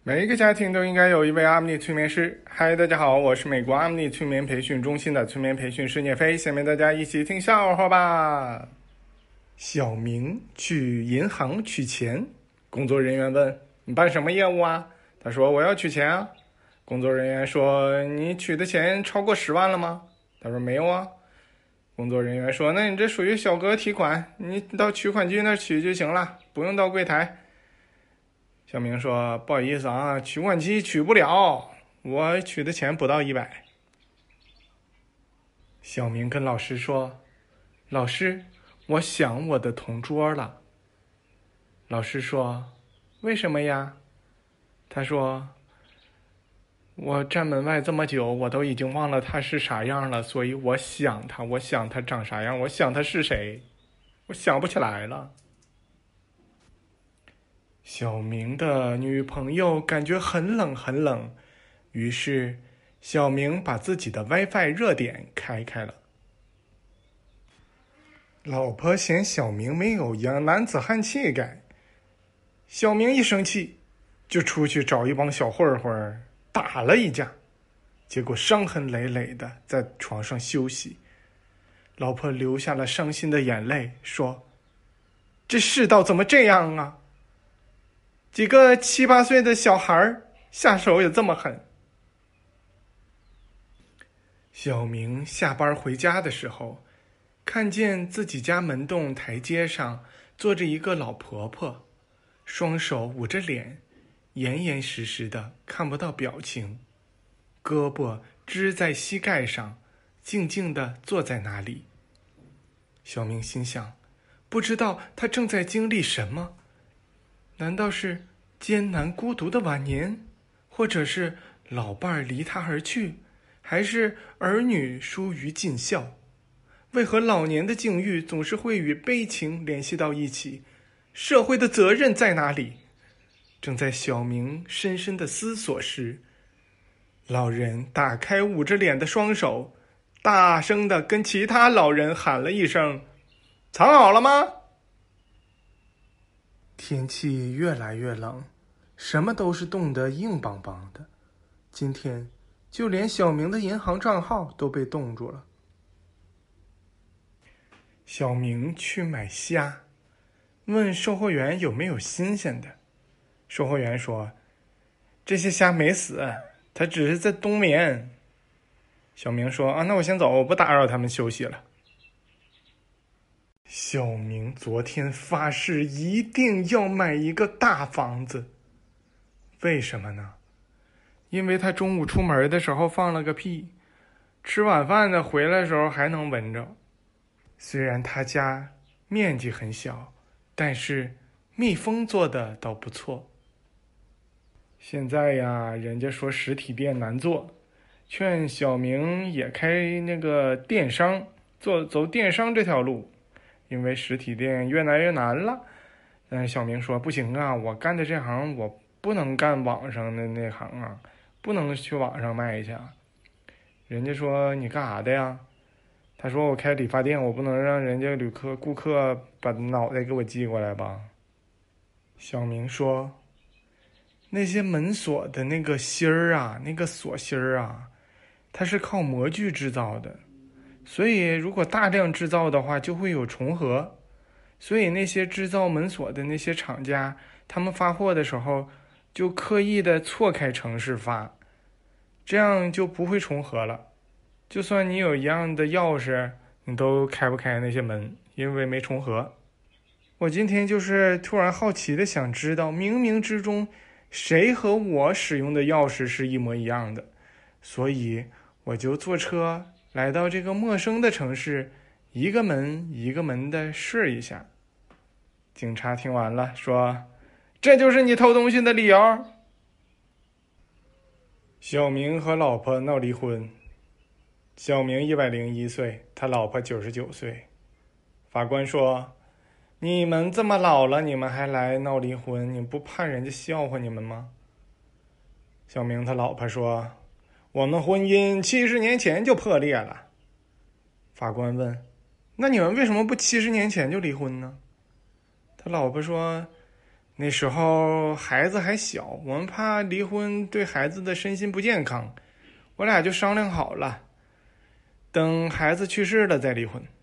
每一个家庭都应该有一位阿米尼催眠师。嗨，大家好，我是美国阿米尼催眠培训中心的催眠培训师聂飞。下面大家一起听笑话吧。小明去银行取钱，工作人员问：“你办什么业务啊？”他说：“我要取钱啊。”工作人员说：“你取的钱超过10万了吗？”他说：“没有啊。”工作人员说：“那你这属于小额提款，你到取款机那儿取就行了，不用到柜台。”小明说：“不好意思啊，取款机取不了，我取的钱不到100。”小明跟老师说：“老师，我想我的同桌了。”老师说：“为什么呀？”他说：“我站门外这么久，我都已经忘了他是啥样了，所以我想他，我想他长啥样，我想他是谁，我想不起来了。”小明的女朋友感觉很冷很冷，于是小明把自己的 WiFi 热点开了。老婆嫌小明没有男子汉气概，小明一生气就出去找一帮小混混打了一架，结果伤痕累累的在床上休息。老婆流下了伤心的眼泪，说：“这世道怎么这样啊？几个7、8岁的小孩下手也这么狠。”小明下班回家的时候，看见自己家门洞台阶上坐着一个老婆婆，双手捂着脸，严严实实的看不到表情，胳膊支在膝盖上，静静地坐在那里。小明心想，不知道她正在经历什么，难道是艰难孤独的晚年，或者是老伴离他而去，还是儿女疏于尽孝？为何老年的境遇总是会与悲情联系到一起？社会的责任在哪里？正在小明深深的思索时，老人打开捂着脸的双手，大声地跟其他老人喊了一声：“藏好了吗？”天气越来越冷，什么都是冻得硬邦邦的。今天就连小明的银行账号都被冻住了。小明去买虾，问售货员有没有新鲜的。售货员说：“这些虾没死，它只是在冬眠。”小明说：“啊，那我先走，我不打扰他们休息了。”小明昨天发誓一定要买一个大房子，为什么呢？因为他中午出门的时候放了个屁，吃晚饭的回来的时候还能闻着。虽然他家面积很小，但是密封做的倒不错。现在呀，人家说实体店难做，劝小明也开那个电商，走电商这条路，因为实体店越来越难了。但是小明说不行啊，我干的这行我不能干网上的那行啊，不能去网上卖去啊。人家说你干啥的呀？他说我开理发店，我不能让人家顾客把脑袋给我寄过来吧。小明说，那些门锁的那个芯儿啊，那个锁芯儿啊，它是靠模具制造的，所以如果大量制造的话就会有重合，所以那些制造门锁的那些厂家，他们发货的时候就刻意的错开程式发，这样就不会重合了。就算你有一样的钥匙，你都开不开那些门，因为没重合。我今天就是突然好奇的想知道，冥冥之中谁和我使用的钥匙是一模一样的，所以我就坐车来到这个陌生的城市，一个门一个门的试一下。警察听完了说，这就是你偷东西的理由。小明和老婆闹离婚，小明101岁，他老婆99岁。法官说，你们这么老了，你们还来闹离婚，你不怕人家笑话你们吗？小明他老婆说，我们婚姻70年前就破裂了。法官问，那你们为什么不70年前就离婚呢？他老婆说， 那时候孩子还小，我们怕离婚对孩子的身心不健康，我俩就商量好了，等孩子去世了再离婚。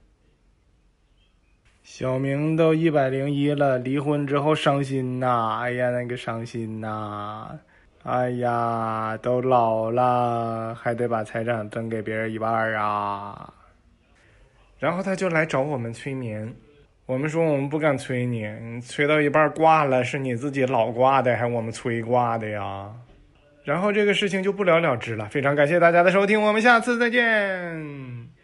小明都101了，离婚之后伤心呐，哎呀，那个伤心呐，哎呀，都老了，还得把财产分给别人一半啊。然后他就来找我们催眠，我们说我们不敢催你催到一半挂了，是你自己老挂的，还我们催挂的呀？然后这个事情就不了了之了。非常感谢大家的收听，我们下次再见。